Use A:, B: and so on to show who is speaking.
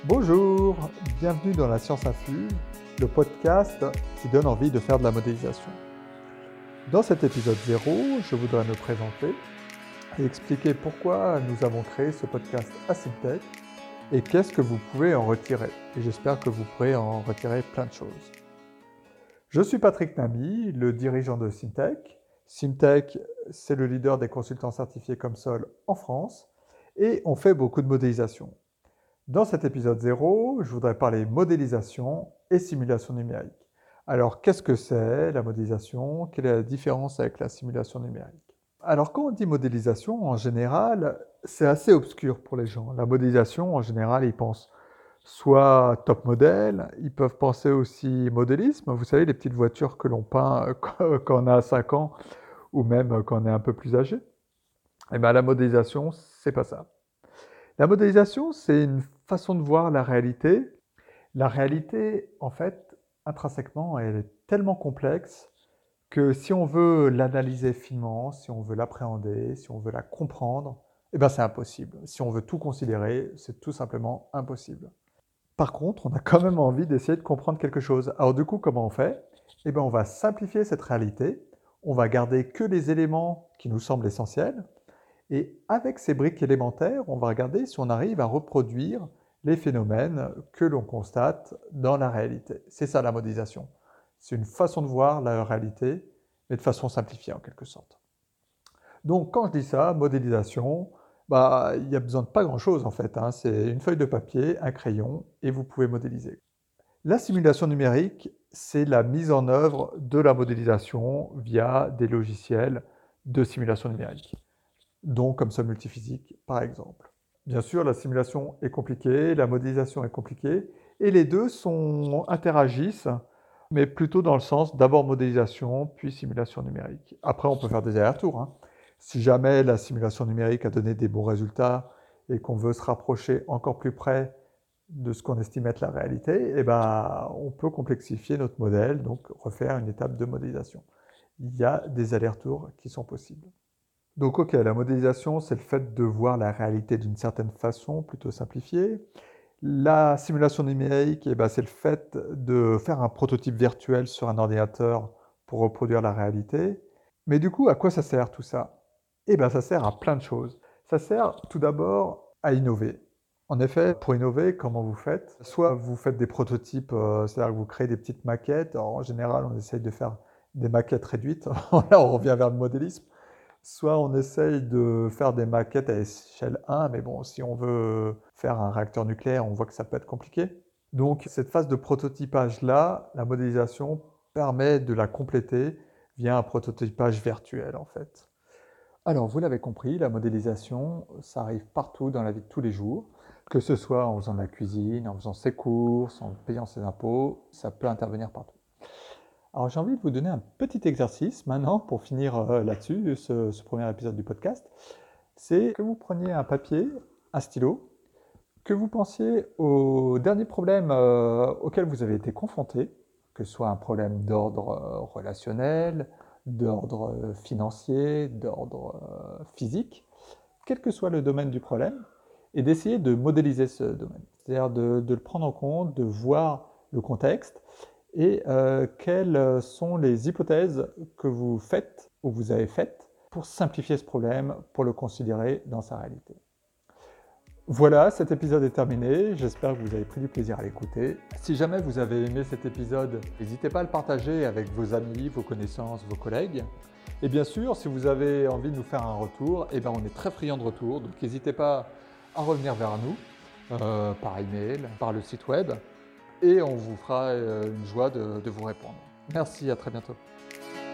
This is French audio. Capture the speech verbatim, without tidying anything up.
A: Bonjour, bienvenue dans la Science Infuse, le podcast qui donne envie de faire de la modélisation. Dans cet épisode zéro, je voudrais me présenter et expliquer pourquoi nous avons créé ce podcast à Syntech et qu'est-ce que vous pouvez en retirer. Et j'espère que vous pourrez en retirer plein de choses. Je suis Patrick Namy, le dirigeant de Syntech. Syntech, c'est le leader des consultants certifiés COMSOL en France et on fait beaucoup de modélisation. Dans cet épisode zéro, je voudrais parler modélisation et simulation numérique. Alors, qu'est-ce que c'est la modélisation? Quelle est la différence avec la simulation numérique? Alors, quand on dit modélisation, en général, c'est assez obscur pour les gens. La modélisation, en général, ils pensent soit top modèle, ils peuvent penser aussi modélisme. Vous savez, les petites voitures que l'on peint quand on a cinq ans ou même quand on est un peu plus âgé. Eh bien, la modélisation, c'est pas ça. La modélisation, c'est une façon de voir la réalité. La réalité, en fait, intrinsèquement, elle est tellement complexe que si on veut l'analyser finement, si on veut l'appréhender, si on veut la comprendre, eh ben c'est impossible. Si on veut tout considérer, c'est tout simplement impossible. Par contre, on a quand même envie d'essayer de comprendre quelque chose. Alors du coup, comment on fait? Eh ben, on va simplifier cette réalité. On va garder que les éléments qui nous semblent essentiels. Et avec ces briques élémentaires, on va regarder si on arrive à reproduire les phénomènes que l'on constate dans la réalité. C'est ça la modélisation. C'est une façon de voir la réalité, mais de façon simplifiée en quelque sorte. Donc quand je dis ça, modélisation, bah, il n'y a besoin de pas grand-chose en fait. Hein. C'est une feuille de papier, un crayon, et vous pouvez modéliser. La simulation numérique, c'est la mise en œuvre de la modélisation via des logiciels de simulation numérique. Donc comme COMSOL Multiphysique par exemple. Bien sûr, la simulation est compliquée, la modélisation est compliquée, et les deux sont, interagissent, mais plutôt dans le sens d'abord modélisation, puis simulation numérique. Après, on peut faire des allers-retours. Hein. Si jamais la simulation numérique a donné des bons résultats et qu'on veut se rapprocher encore plus près de ce qu'on estime être la réalité, eh ben, on peut complexifier notre modèle, donc refaire une étape de modélisation. Il y a des allers-retours qui sont possibles. Donc ok, la modélisation, c'est le fait de voir la réalité d'une certaine façon, plutôt simplifiée. La simulation numérique, eh ben, c'est le fait de faire un prototype virtuel sur un ordinateur pour reproduire la réalité. Mais du coup, à quoi ça sert tout ça? Eh bien, ça sert à plein de choses. Ça sert tout d'abord à innover. En effet, pour innover, comment vous faites? Soit vous faites des prototypes, euh, c'est-à-dire que vous créez des petites maquettes. Alors, en général, on essaye de faire des maquettes réduites. Là, on revient vers le modélisme. Soit on essaye de faire des maquettes à échelle un, mais bon, si on veut faire un réacteur nucléaire, on voit que ça peut être compliqué. Donc cette phase de prototypage-là, la modélisation permet de la compléter via un prototypage virtuel en fait. Alors vous l'avez compris, la modélisation, ça arrive partout dans la vie de tous les jours, que ce soit en faisant de la cuisine, en faisant ses courses, en payant ses impôts, ça peut intervenir partout. Alors j'ai envie de vous donner un petit exercice maintenant pour finir euh, là-dessus, ce, ce premier épisode du podcast. C'est que vous preniez un papier, un stylo, que vous pensiez au dernier problème euh, auquel vous avez été confronté, que ce soit un problème d'ordre euh, relationnel, d'ordre euh, financier, d'ordre euh, physique, quel que soit le domaine du problème, et d'essayer de modéliser ce domaine. C'est-à-dire de, de le prendre en compte, de voir le contexte, et euh, quelles sont les hypothèses que vous faites ou vous avez faites pour simplifier ce problème, pour le considérer dans sa réalité. Voilà, cet épisode est terminé. J'espère que vous avez pris du plaisir à l'écouter. Si jamais vous avez aimé cet épisode, n'hésitez pas à le partager avec vos amis, vos connaissances, vos collègues. Et bien sûr, si vous avez envie de nous faire un retour, eh ben on est très friands de retour, donc n'hésitez pas à revenir vers nous, euh, par email, par le site web. Et on vous fera une joie de, de vous répondre. Merci, à très bientôt.